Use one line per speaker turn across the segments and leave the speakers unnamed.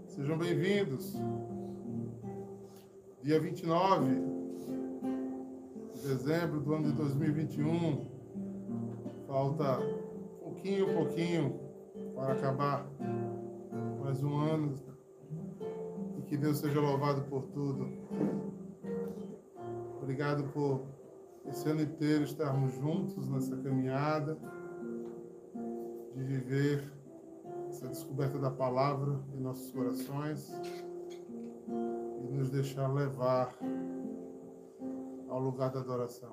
Sejam bem-vindos. Dia 29 de dezembro do ano de 2021. Falta pouquinho para acabar mais um ano. E que Deus seja louvado por tudo. Obrigado por esse ano inteiro estarmos juntos nessa caminhada de viver essa descoberta da palavra em nossos corações e nos deixar levar ao lugar da adoração.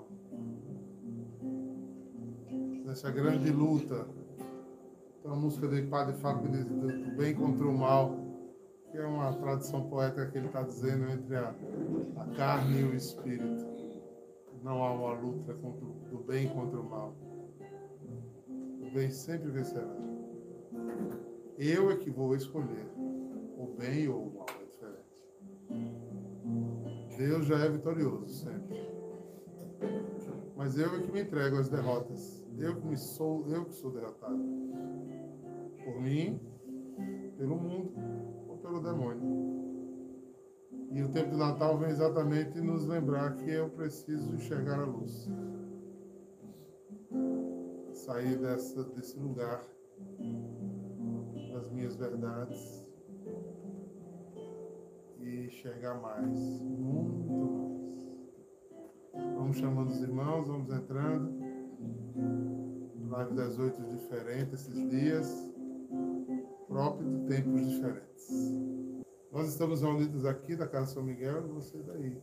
Nessa grande luta, tem uma música do Padre Fábio que diz do bem contra o mal, que é uma tradição poética que ele está dizendo entre a carne e o espírito. Não há uma luta do bem contra o mal. O bem sempre vencerá. Eu é que vou escolher o bem ou o mal, é diferente. Deus já é vitorioso sempre. Mas eu é que me entrego às derrotas. Eu que sou derrotado. Por mim, pelo mundo ou pelo demônio. E o tempo do Natal vem exatamente nos lembrar que eu preciso enxergar a luz. Sair desse lugar das minhas verdades e enxergar mais, muito mais. Vamos chamando os irmãos, vamos entrando. Live das 8 diferente esses dias, próprio de tempos diferentes. Nós estamos reunidos aqui da Casa São Miguel e você daí.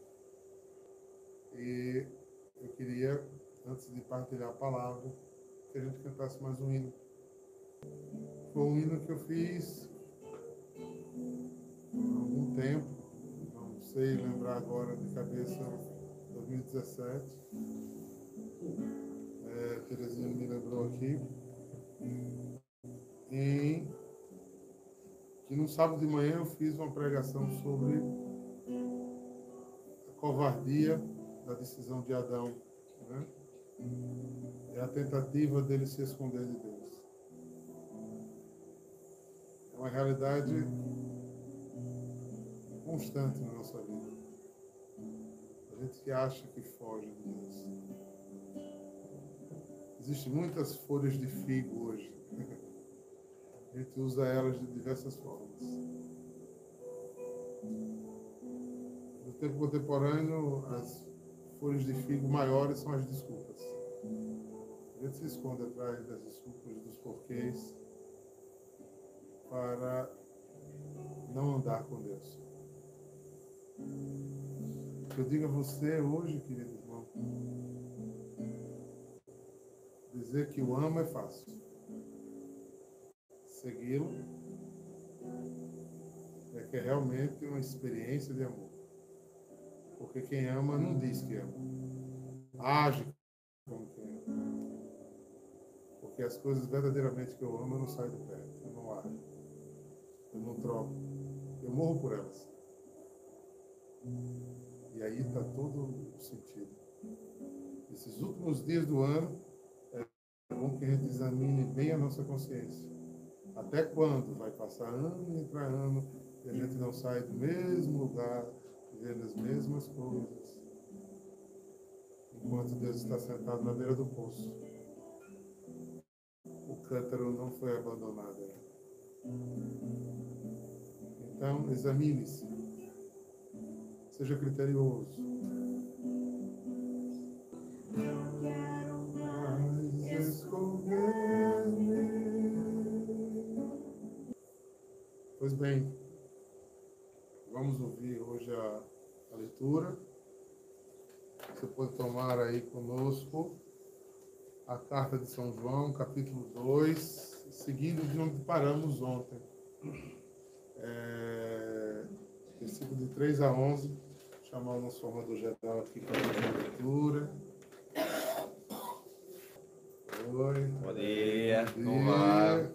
E eu queria, antes de partilhar a palavra, que a gente cantasse mais um hino. Foi um hino que eu fiz há algum tempo, não sei lembrar agora de cabeça, 2017. Terezinha me lembrou aqui. E que no sábado de manhã eu fiz uma pregação sobre a covardia da decisão de Adão, né? E a tentativa dele se esconder de Deus. É uma realidade constante na nossa vida. A gente que acha que foge de Deus. Existem muitas folhas de figo hoje. A gente usa elas de diversas formas. No tempo contemporâneo, as folhas de figo maiores são as desculpas. A gente se esconde atrás das desculpas, dos porquês, para não andar com Deus. Eu digo a você hoje, querido irmão, dizer que o amo é fácil. Segui-lo é que é realmente uma experiência de amor. Porque quem ama não diz que ama. Age como quem ama. Porque as coisas verdadeiramente que eu amo, eu não saio de perto. Eu não ajo. Eu não troco. Eu morro por elas. E aí está todo o sentido. Esses últimos dias do ano, é bom que a gente examine bem a nossa consciência. Até quando vai passar ano e entrar ano e a gente não sai do mesmo lugar, vendo as mesmas coisas, enquanto Deus está sentado na beira do poço. O cântaro não foi abandonado ainda. Então, examine-se. Seja criterioso. Não quero mais esconder-me. Pois bem, vamos ouvir hoje a leitura. Você pode tomar aí conosco a carta de São João, capítulo 2, seguindo de onde paramos ontem. Versículo de 3 a 11. Chamar o nosso formador geral aqui para fazer a leitura. Oi.
Bom dia.
Bom dia.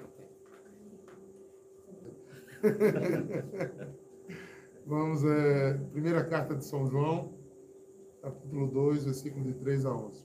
Vamos, primeira carta de São João, capítulo 2, versículo de 3 a 11.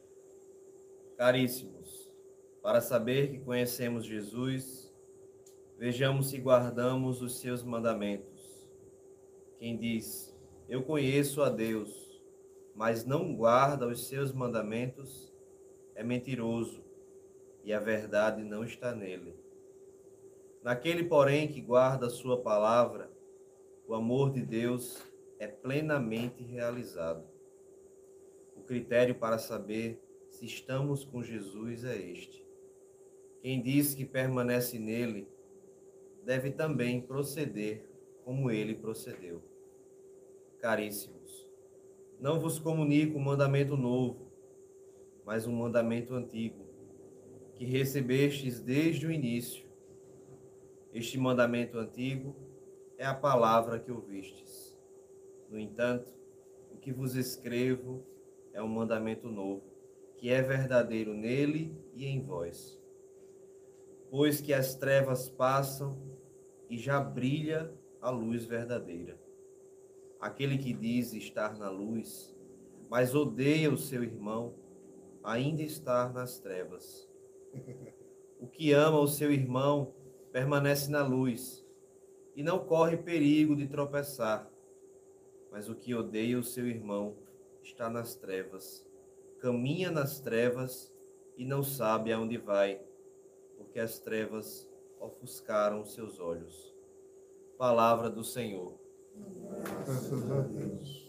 Caríssimos, para saber que conhecemos Jesus, Vejamos se guardamos os seus mandamentos. Quem diz, eu conheço a Deus, mas não guarda os seus mandamentos, é mentiroso, e a verdade não está nele. Naquele, porém, que guarda a sua palavra, o amor de Deus é plenamente realizado. O critério para saber se estamos com Jesus é este. Quem diz que permanece nele, deve também proceder como ele procedeu. Caríssimos, não vos comunico um mandamento novo, mas um mandamento antigo, que recebestes desde o início. Este mandamento antigo é a palavra que ouvistes. No entanto, o que vos escrevo é um mandamento novo, que é verdadeiro nele e em vós. Pois que as trevas passam e já brilha a luz verdadeira. Aquele que diz estar na luz, mas odeia o seu irmão, ainda está nas trevas. O que ama o seu irmão permanece na luz e não corre perigo de tropeçar. Mas o que odeia o seu irmão está nas trevas, caminha nas trevas e não sabe aonde vai, porque as trevas ofuscaram os seus olhos. Palavra do Senhor.
Graças a Deus.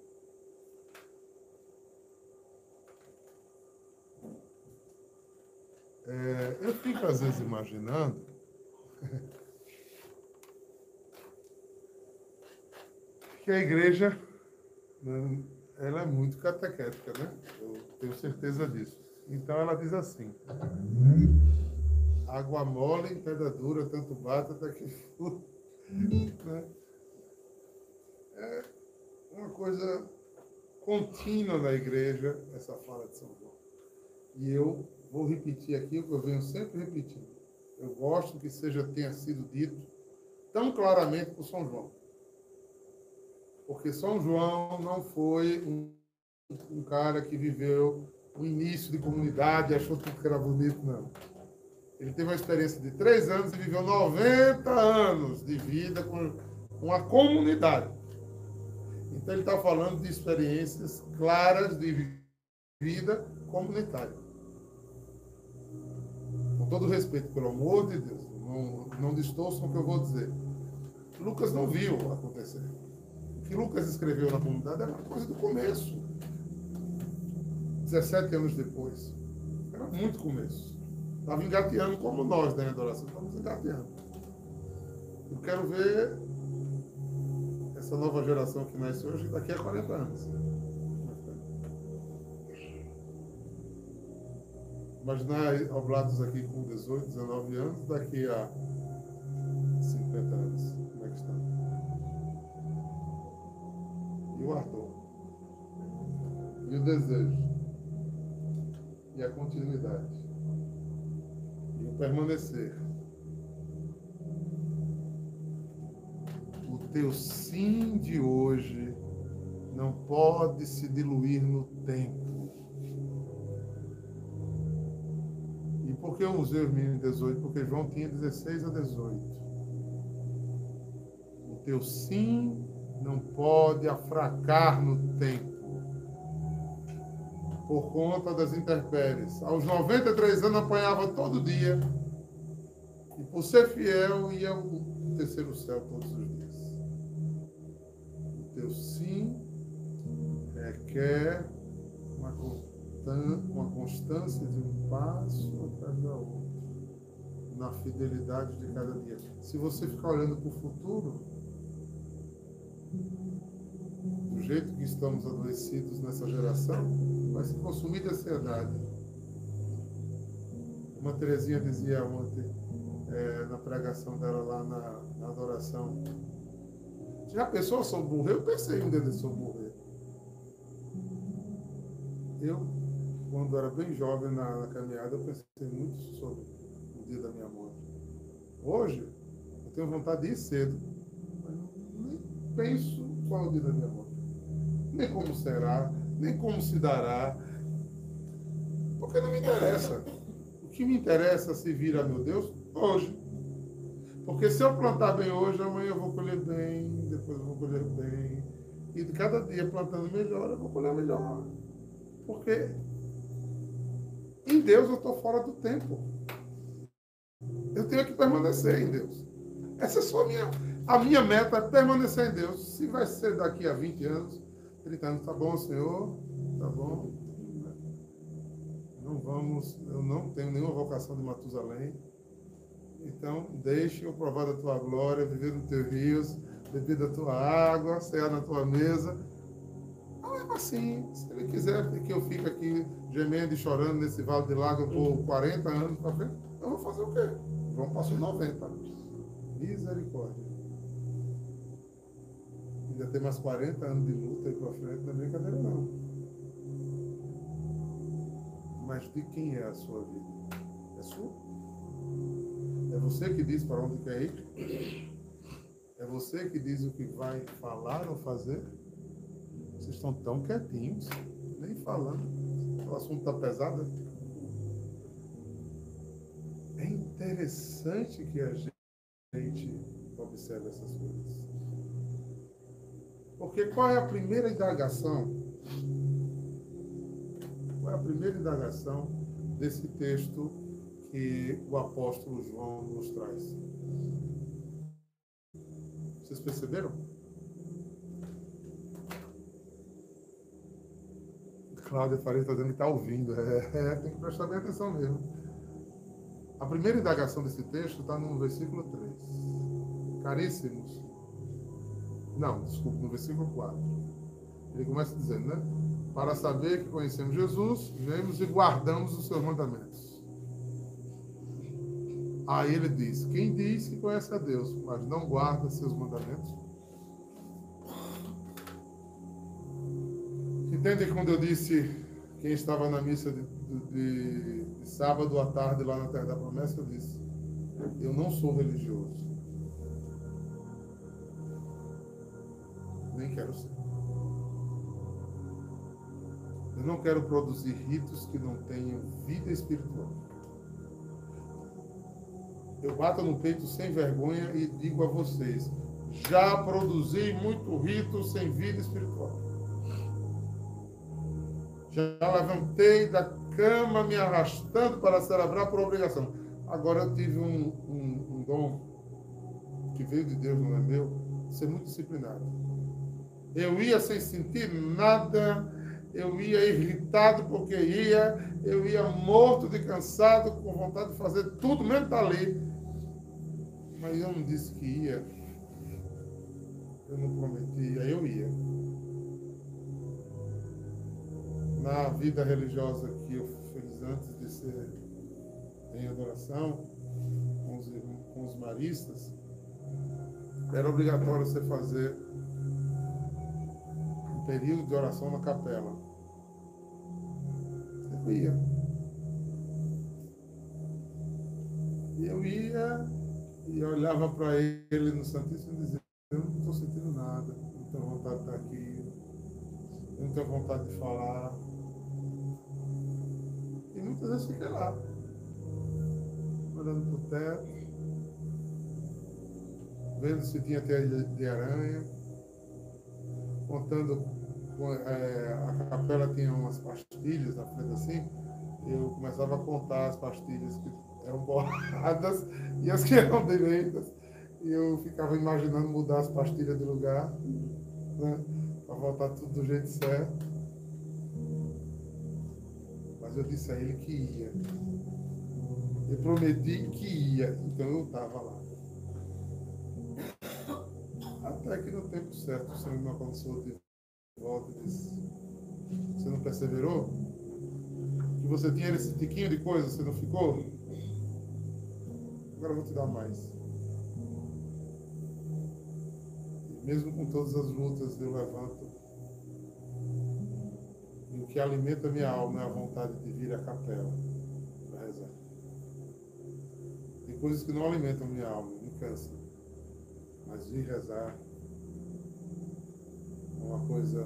Eu fico às vezes imaginando que a igreja, né, ela é muito catequética, né? Eu tenho certeza disso. Então ela diz assim: água mole em pedra dura, tanto bate até que fura. Né? É uma coisa contínua na igreja, essa fala de São João. E eu vou repetir aqui o que eu venho sempre repetindo. Eu gosto que tenha sido dito tão claramente por São João. Porque São João não foi um cara que viveu o início de comunidade e achou tudo que era bonito, não. Ele teve uma experiência de 3 anos e viveu 90 anos de vida com uma comunidade. Então, ele está falando de experiências claras de vida comunitária. Com todo respeito, pelo amor de Deus, não distorçam o que eu vou dizer. Lucas não viu acontecer. O que Lucas escreveu na comunidade era uma coisa do começo. 17 anos depois. Era muito começo. Estava engateando como nós, né, adoração? Estamos engateando. Eu quero ver essa nova geração que nasce hoje daqui a 40 anos. Imaginar Oblatos aqui com 18, 19 anos, daqui a 50 anos. Como é que está? E o ardor. E o desejo. E a continuidade. E o permanecer. O teu sim de hoje não pode se diluir no tempo. E por que eu usei os meninos 18? Porque João tinha 16 a 18. O teu sim não pode afracar no tempo. Por conta das intempéries. Aos 93 anos apanhava todo dia. E por ser fiel ia ao terceiro céu todos os dias. O teu sim requer uma constância de um passo atrás da outra. Na fidelidade de cada dia. Se você ficar olhando para o futuro, do jeito que estamos adoecidos nessa geração, vai se consumir de ansiedade. Uma Terezinha dizia ontem, na pregação dela lá na adoração, já pensou sobre morrer? Eu pensei um dia sobre morrer. Eu, quando era bem jovem na caminhada, eu pensei muito sobre o dia da minha morte. Hoje, eu tenho vontade de ir cedo, mas nem penso qual é o dia da minha morte. Nem como será, nem como se dará, porque não me interessa. O que me interessa é se vir a meu Deus hoje. Porque se eu plantar bem hoje, amanhã eu vou colher bem, depois eu vou colher bem. E de cada dia plantando melhor, eu vou colher melhor. Porque em Deus eu estou fora do tempo. Eu tenho que permanecer em Deus. Essa é só a minha meta, é permanecer em Deus. Se vai ser daqui a 20 anos, 30 anos, tá bom, Senhor? Tá bom. Não vamos, eu não tenho nenhuma vocação de Matusalém. Então, deixe eu provar da tua glória, viver nos teus rios, beber da tua água, cear na tua mesa. Não é assim. Se ele quiser que eu fique aqui gemendo e chorando nesse vale de lágrimas por 40 anos para frente, eu vou fazer o quê? Vamos passar 90. Misericórdia. Ainda tem mais 40 anos de luta aí para frente, não é brincadeira não. Mas de quem é a sua vida? É sua? É você que diz para onde quer ir? É você que diz o que vai falar ou fazer? Vocês estão tão quietinhos, nem falando. O assunto está pesado. É interessante que a gente observe essas coisas. Porque qual é a primeira indagação? Qual é a primeira indagação desse texto que o apóstolo João nos traz? Vocês perceberam? Cláudia Faria está dizendo que está ouvindo. Tem que prestar bem atenção mesmo. A primeira indagação desse texto está no versículo 3. Caríssimos. Não, desculpa, no versículo 4. Ele começa dizendo, né? Para saber que conhecemos Jesus, vemos e guardamos os seus mandamentos. Aí ele diz, quem diz que conhece a Deus, mas não guarda seus mandamentos? Entende quando eu disse, quem estava na missa de sábado à tarde lá na Terra da Promessa, eu disse, eu não sou religioso. Nem quero ser. Eu não quero produzir ritos que não tenham vida espiritual. Eu bato no peito sem vergonha e digo a vocês, já produzi muito rito sem vida espiritual. Já levantei da cama me arrastando para celebrar por obrigação. Agora eu tive um dom que veio de Deus, não é meu, de ser muito disciplinado. Eu ia sem sentir nada, eu ia irritado porque eu ia morto de cansado, com vontade de fazer tudo, mesmo estar ali. Mas eu não disse que ia, eu não prometia, eu ia. Na vida religiosa que eu fiz antes de ser em adoração, com os maristas, era obrigatório você fazer um período de oração na capela. Eu ia. E eu ia e olhava para ele no Santíssimo e dizia, eu não estou sentindo nada, não tenho vontade de estar aqui, eu não tenho vontade de falar. E muitas vezes fiquei lá, olhando para o teto, vendo se tinha teia de aranha, contando, a capela tinha umas pastilhas na frente assim, eu começava a contar as pastilhas que eram borradas e as que eram direitas, e eu ficava imaginando mudar as pastilhas de lugar, né, para voltar tudo do jeito certo. Mas eu disse a ele que ia. Eu prometi que ia, então eu estava lá. Até que no tempo certo o Senhor me alcançou de volta e disse, você não perseverou? Que você tinha esse tiquinho de coisa, você não ficou? Agora eu vou te dar mais. E mesmo com todas as lutas eu levanto. E o que alimenta a minha alma é a vontade de vir à capela para rezar. Tem coisas que não alimentam a minha alma, me cansam. Mas vir rezar é uma coisa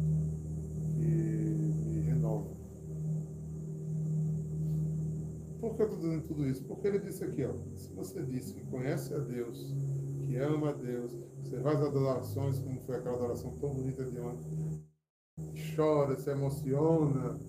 que me renova. Por que eu estou dizendo tudo isso? Porque ele disse aqui, ó, se você disse que conhece a Deus, que ama a Deus, você faz adorações, como foi aquela adoração tão bonita de ontem, chora, se emociona,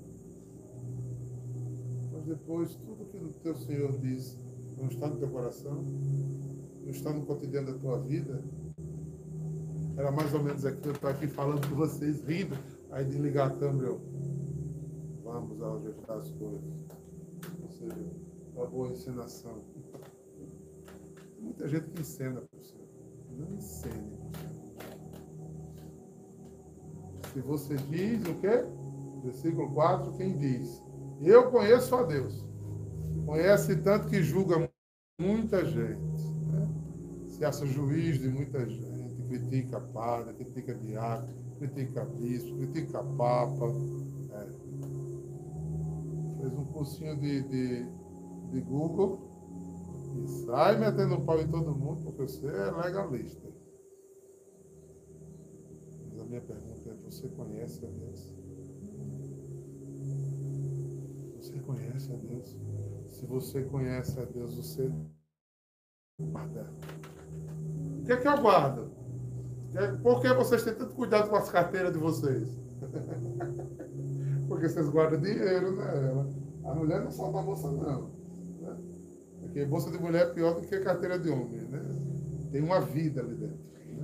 mas depois tudo que o teu Senhor diz não está no teu coração, não está no cotidiano da tua vida. Era mais ou menos aqui, eu estou aqui falando com vocês, rindo, aí de ligar a câmera, eu, vamos ajustar as coisas. Ou seja, uma boa encenação. Tem muita gente que encena para o Senhor. Não encene para o Senhor. Se você diz o quê? Versículo 4, quem diz? Eu conheço a Deus. Conhece tanto que julga muita gente. Né? Se acha juiz de muita gente. Critica padre, critica diácono, critica bispo, critica papa. Fez um cursinho de Google e sai metendo um pau em todo mundo porque você é legalista. Mas a minha pergunta é, você conhece a Deus? Você conhece a Deus? Se você conhece a Deus, você guarda. O que é que eu guardo? Por que vocês têm tanto cuidado com as carteiras de vocês? Porque vocês guardam dinheiro, né? A mulher não solta a bolsa, não. Né? Porque bolsa de mulher é pior do que carteira de homem, né? Tem uma vida ali dentro.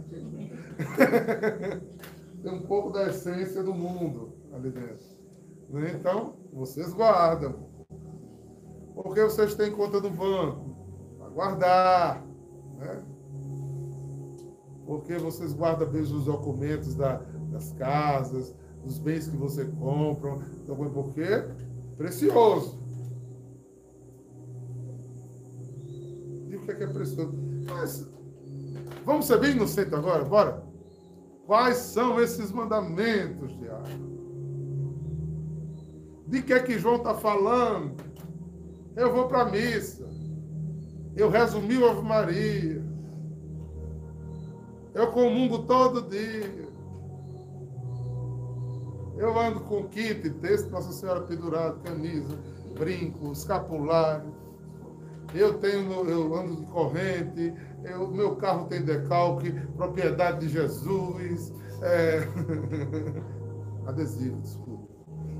Né? Tem um pouco da essência do mundo ali dentro. Né? Então, vocês guardam. Porque vocês têm conta no banco? Para guardar. Né? Porque vocês guardam bem os documentos das casas, dos bens que você compra. Então, por quê? Precioso. E o que é precioso? Mas, vamos ser bem inocentes agora? Bora? Quais são esses mandamentos, Tiago? De que é que João está falando? Eu vou para a missa. Eu rezo 1000 Ave Maria. Eu comungo todo dia. Eu ando com kit, texto, Nossa Senhora pendurado, camisa, brinco, escapulário. Eu ando de corrente, meu carro tem decalque, propriedade de Jesus. Adesivo, desculpa.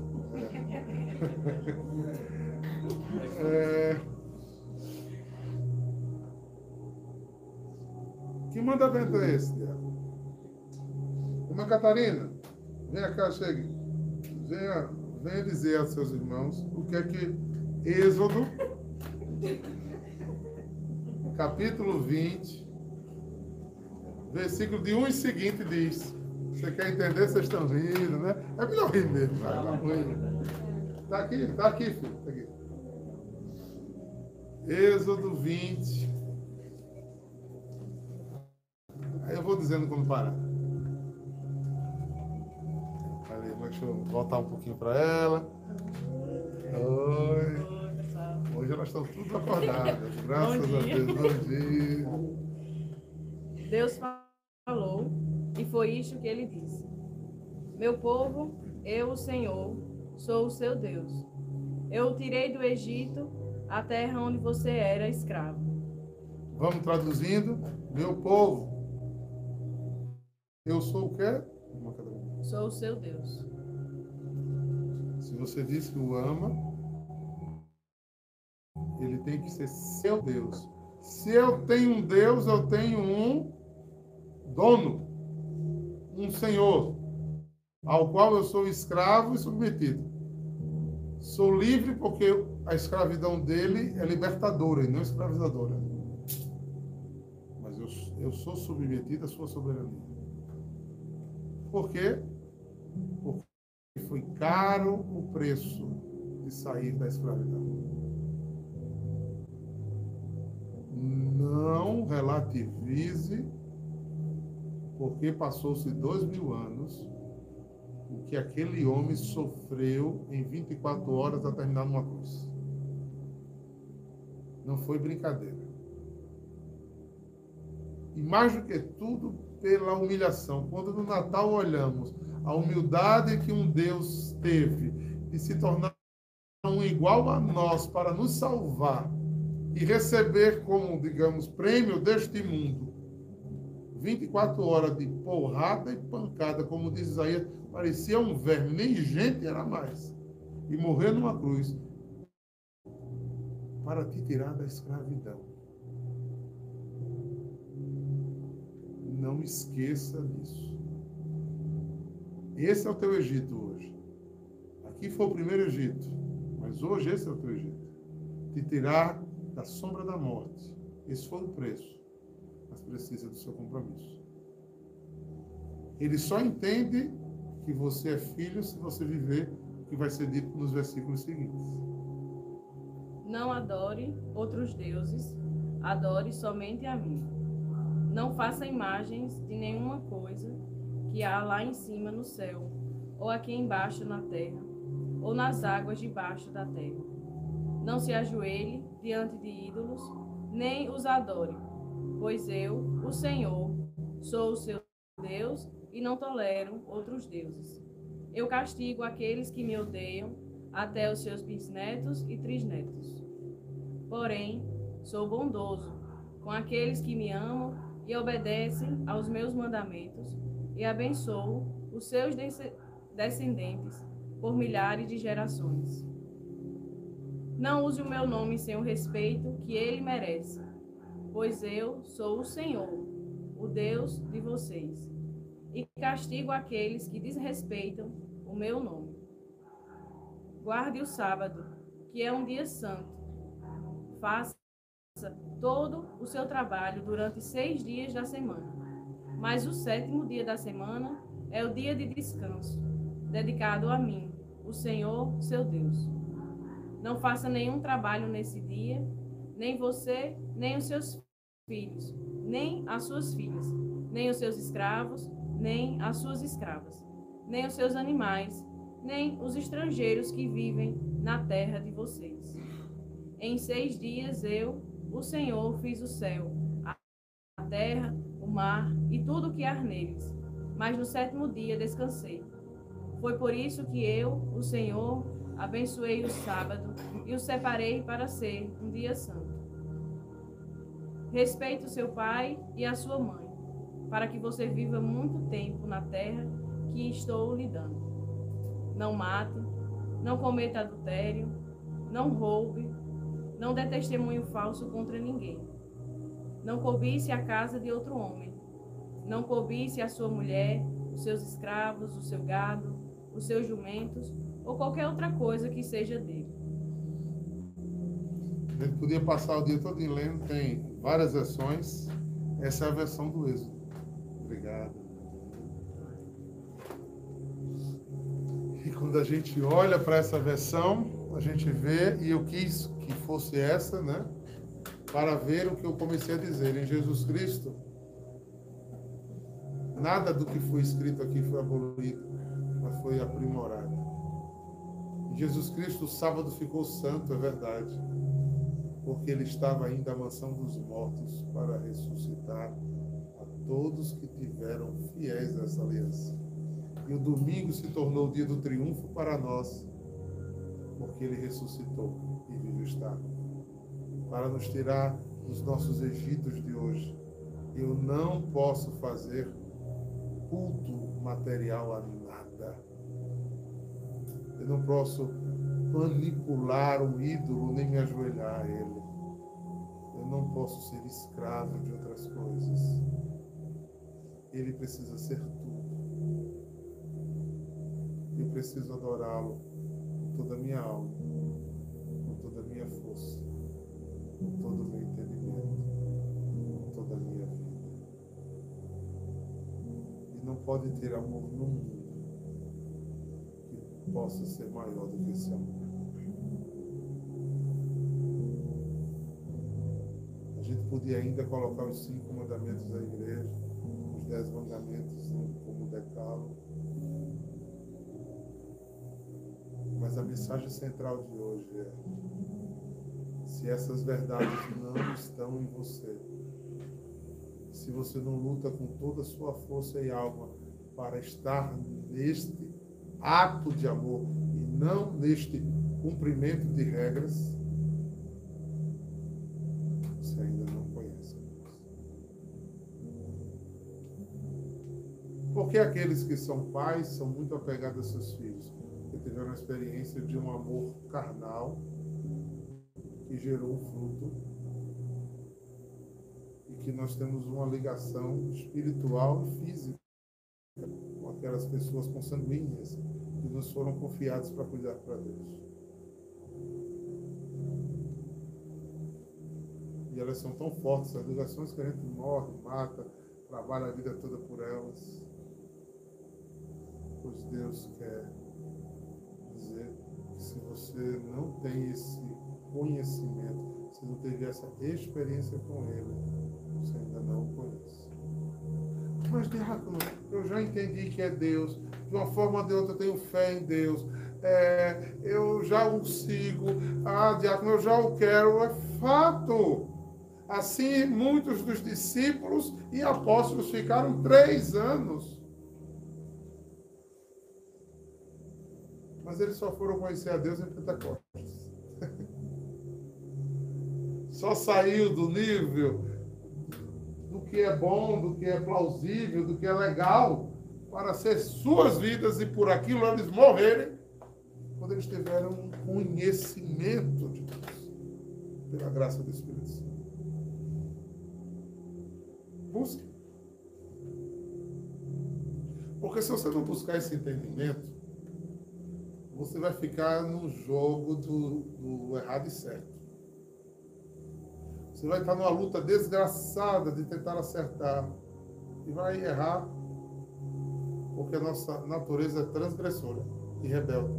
Que mandamento é esse, Tiago? Irmã Catarina, venha cá, chegue. Venha dizer aos seus irmãos o que é que Êxodo, capítulo 20, versículo de 1 em seguinte diz. Você quer entender? Vocês estão rindo, né? É melhor rir mesmo. Está aqui, filho. Tá aqui. Êxodo 20. Aí eu vou dizendo quando parar. Peraí, deixa eu voltar um pouquinho para ela. Oi. Hoje elas estão tudo acordadas. Graças a Deus. Bom dia.
Deus falou, e foi isto que ele disse: Meu povo, eu, o Senhor, sou o seu Deus. Eu o tirei do Egito, a terra onde você era escravo.
Vamos traduzindo. Meu povo, eu sou o quê?
Sou o seu Deus.
Se você diz que o ama, ele tem que ser seu Deus. Se eu tenho um Deus, eu tenho um dono, um senhor, ao qual eu sou escravo e submetido. Sou livre porque a escravidão dele é libertadora e não escravizadora. Mas eu sou submetido à sua soberania. Por quê? Porque foi caro o preço de sair da escravidão. Não relativize, porque passou-se 2000 anos o que aquele homem sofreu em 24 horas a terminar numa cruz. Não foi brincadeira. E mais do que tudo, pela humilhação. Quando no Natal olhamos a humildade que um Deus teve de se tornar um igual a nós para nos salvar e receber como, digamos, prêmio deste mundo 24 horas de porrada e pancada, como diz Isaías, parecia um verme, nem gente era mais. E morrer numa cruz para te tirar da escravidão. Não esqueça disso. Esse é o teu Egito hoje. Aqui foi o primeiro Egito, mas hoje esse é o teu Egito. Te tirar da sombra da morte. Esse foi o preço, mas precisa do seu compromisso. Ele só entende que você é filho se você viver o que vai ser dito nos versículos seguintes.
Não adore outros deuses, adore somente a mim. Não faça imagens de nenhuma coisa que há lá em cima no céu, ou aqui embaixo na terra, ou nas águas debaixo da terra. Não se ajoelhe diante de ídolos, nem os adore, pois eu, o Senhor, sou o seu Deus e não tolero outros deuses. Eu castigo aqueles que me odeiam até os seus bisnetos e trisnetos. Porém, sou bondoso com aqueles que me amam e obedecem aos meus mandamentos, e abençoo os seus descendentes por milhares de gerações. Não use o meu nome sem o respeito que ele merece, pois eu sou o Senhor, o Deus de vocês, e castigo aqueles que desrespeitam o meu nome. Guarde o sábado, que é um dia santo. Faça todo o seu trabalho durante 6 dias da semana. Mas o 7º dia da semana é o dia de descanso, dedicado a mim, o Senhor, seu Deus. Não faça nenhum trabalho nesse dia, nem você, nem os seus filhos, nem as suas filhas, nem os seus escravos, nem as suas escravas, nem os seus animais, nem os estrangeiros que vivem na terra de vocês. Em 6 dias eu, o Senhor, fiz o céu, a terra, o mar e tudo o que há neles, mas no 7º dia descansei. Foi por isso que eu, o Senhor, abençoei o sábado e o separei para ser um dia santo. Respeite o seu pai e a sua mãe, para que você viva muito tempo na terra que estou lhe dando. Não mate, não cometa adultério, não roube, não dê testemunho falso contra ninguém. Não cobice a casa de outro homem. Não cobice a sua mulher, os seus escravos, o seu gado, os seus jumentos ou qualquer outra coisa que seja dele.
A gente podia passar o dia todo lendo, tem várias versões. Essa é a versão do Êxodo. Obrigado. E quando a gente olha para essa versão, a gente vê, e eu quis que fosse essa, né? Para ver o que eu comecei a dizer. Em Jesus Cristo, nada do que foi escrito aqui foi abolido, mas foi aprimorado. Em Jesus Cristo, o sábado ficou santo, é verdade, porque ele estava ainda à mansão dos mortos para ressuscitar a todos que tiveram fiéis a essa aliança. E o domingo se tornou o dia do triunfo para nós, porque ele ressuscitou e vivo está, para nos tirar dos nossos Egitos de hoje. Eu não posso fazer culto material a nada. Eu não posso manipular um ídolo nem me ajoelhar a ele. Eu não posso ser escravo de outras coisas. Ele precisa ser tudo. Eu preciso adorá-lo com toda a minha alma, com toda a minha força, com todo o meu entendimento, com toda a minha vida. E não pode ter amor no mundo que possa ser maior do que esse amor. A gente podia ainda colocar os 5 mandamentos da igreja, os 10 mandamentos como decálogo. Mas a mensagem central de hoje é: se essas verdades não estão em você, se você não luta com toda a sua força e alma para estar neste ato de amor e não neste cumprimento de regras, você ainda não conhece a Deus. Porque aqueles que são pais são muito apegados a seus filhos, porque tiveram a experiência de um amor carnal que gerou um fruto e que nós temos uma ligação espiritual e física com aquelas pessoas consanguíneas que nos foram confiados para cuidar para Deus. E elas são tão fortes, as ligações, que a gente morre, mata, trabalha a vida toda por elas. Pois Deus quer dizer que se você não tem esse conhecimento, se não teve essa experiência com Ele, você ainda não o conhece. Mas, diácono, eu já entendi que é Deus. De uma forma ou de outra eu tenho fé em Deus. Eu já o sigo. Ah, diácono, eu já o quero. É fato. Assim, muitos dos discípulos e apóstolos ficaram 3 anos. Mas eles só foram conhecer a Deus em Pentecostes. Só saiu do nível do que é bom, do que é plausível, do que é legal, para ser suas vidas e por aquilo eles morrerem, quando eles tiveram um conhecimento de Deus, pela graça do Espírito Santo. Busque. Porque se você não buscar esse entendimento, você vai ficar no jogo do errado e certo. Você vai estar numa luta desgraçada de tentar acertar. E vai errar, porque a nossa natureza é transgressora e rebelde.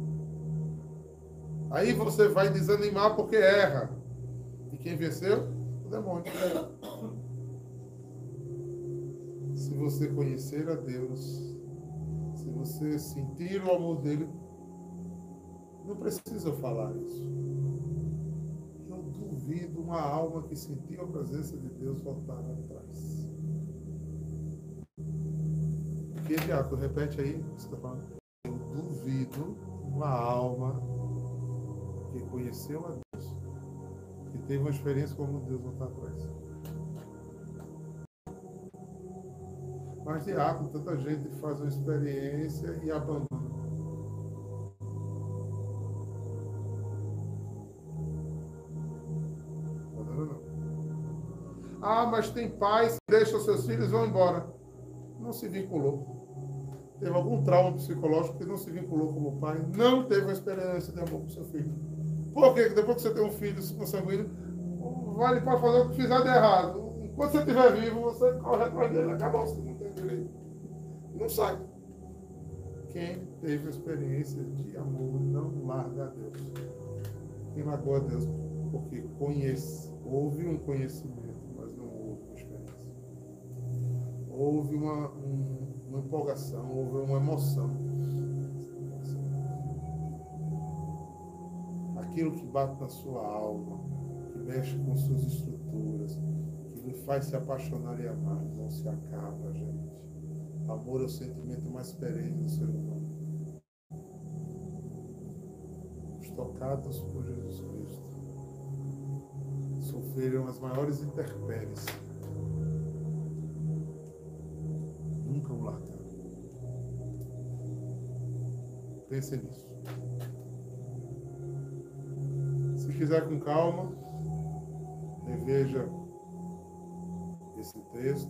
Aí você vai desanimar porque erra. E quem venceu? O demônio. Se você conhecer a Deus, se você sentir o amor dele, não precisa falar isso. Eu duvido uma alma que sentiu a presença de Deus voltar atrás. Que diabo? Repete aí o que você está falando. Eu duvido uma alma que conheceu a Deus, que teve uma experiência como Deus voltar atrás. Mas diabo, tanta gente faz uma experiência e abandona. Ah, mas tem pais que deixam seus filhos e vão embora. Não se vinculou. Teve algum trauma psicológico que não se vinculou como pai. Não teve uma experiência de amor com seu filho. Por quê? Porque depois que você tem um filho consanguíneo, vale para fazer o que fizer de errado. Enquanto você estiver vivo, você corre atrás dele. Acabou, você não tem direito. Não sai. Quem teve a experiência de amor não larga a Deus. Quem largou a Deus porque conhece, houve um conhecimento. Houve uma empolgação, houve uma emoção. Aquilo que bate na sua alma, que mexe com suas estruturas, que lhe faz se apaixonar e amar, não se acaba, gente. Amor é o sentimento mais perene do ser humano. Os tocados por Jesus Cristo sofreram as maiores intempéries. Nunca o largaram. Pense nisso. Se quiser com calma, reveja esse texto,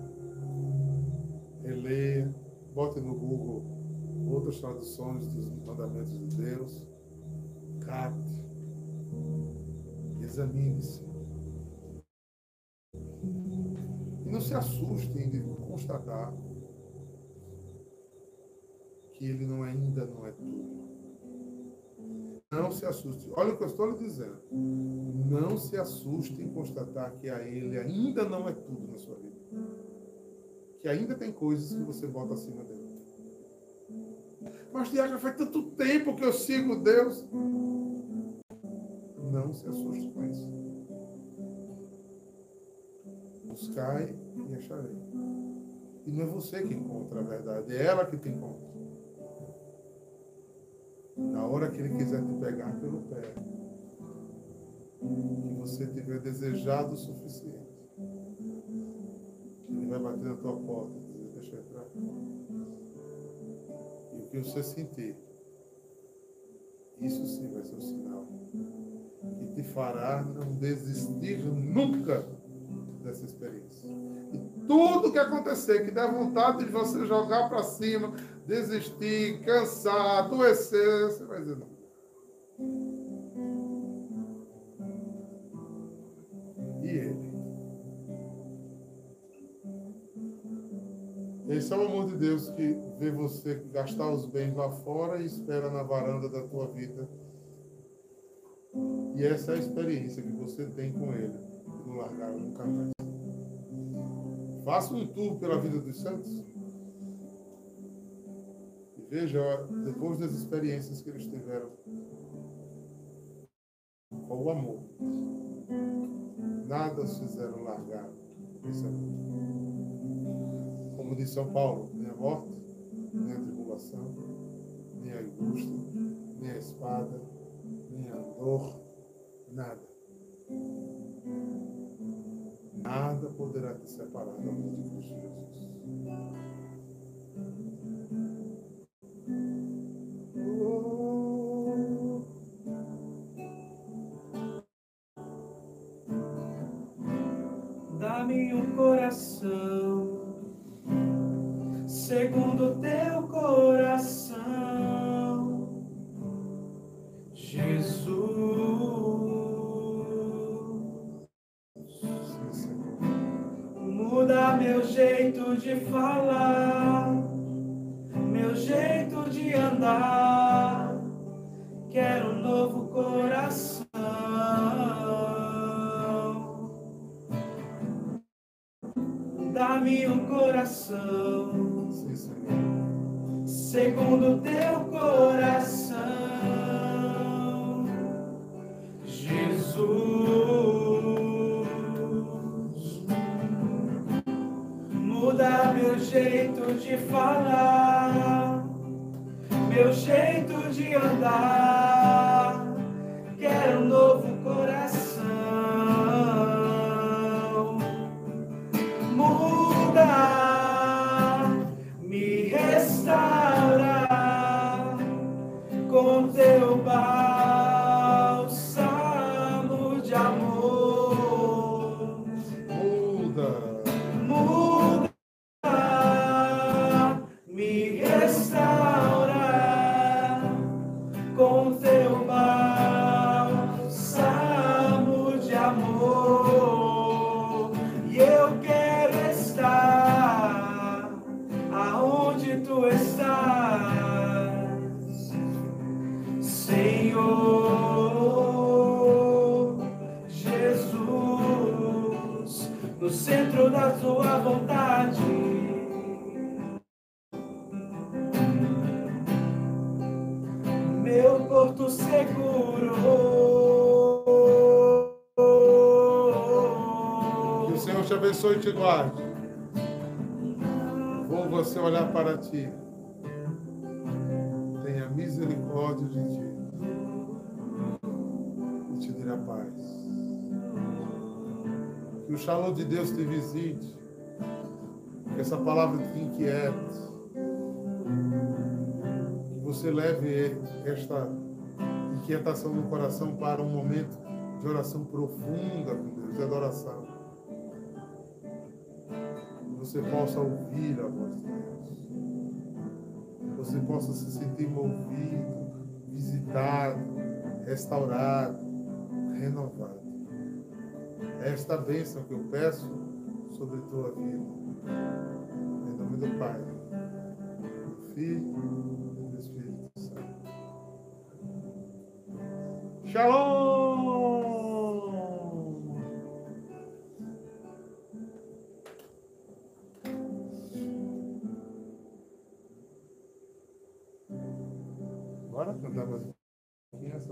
releia, bote no Google outras traduções dos mandamentos de Deus, capte, examine-se. E não se assustem de constatar que ele ainda não é tudo. Não se assuste. Olha o que eu estou lhe dizendo. Não se assuste em constatar que a ele ainda não é tudo na sua vida. Que ainda tem coisas que você bota acima dele. Mas, Diácono, faz tanto tempo que eu sigo Deus. Não se assuste com isso. Buscai e acharei. E não é você que encontra a verdade, é ela que te encontra. Na hora que ele quiser te pegar pelo pé, que você tiver desejado o suficiente, ele vai bater na tua porta e dizer, deixa eu entrar. E o que você sentir, isso sim vai ser um sinal que te fará não desistir nunca dessa experiência. E tudo que acontecer, que der vontade de você jogar para cima, desistir, cansar, adoecer, você vai dizer não. E ele? Esse é o amor de Deus que vê você gastar os bens lá fora e espera na varanda da tua vida. E essa é a experiência que você tem com ele, de não largar nunca mais. Faça um tour pela vida dos santos e veja, depois das experiências que eles tiveram, com o amor, nada os fizeram largar esse amor. Como diz São Paulo, nem a morte, nem a tribulação, nem a angústia, nem a espada, nem a dor, nada. Nada poderá te separar do amor de Cristo Jesus.
Dá-me um coração segundo teu coração, Jesus. Muda meu jeito de falar, meu jeito de andar. Quero um novo coração. Dá-me um coração segundo teu coração, Jesus. Muda meu jeito de falar, meu jeito de andar. Quero um novo coração. Muda, me restaura com teu bálsamo de amor. Muda, me restaura com teu bálsamo de amor. E eu quero estar aonde tu estás, Senhor Jesus, no centro da tua vontade. Meu porto seguro.
Que o Senhor te abençoe e te guarde. Vou você olhar para ti. Tenha misericórdia de ti. E te dê a paz. Que o shalom de Deus te visite. Que essa palavra te inquiete. Que você leve esta inquietação no coração para um momento de oração profunda com Deus, de adoração. Que você possa ouvir a voz de Deus. Que você possa se sentir movido, visitado, restaurado, renovado. É esta bênção que eu peço sobre a tua vida. Em nome do Pai, do Filho e do Espírito Santo. Shalom! Bora cantar mais.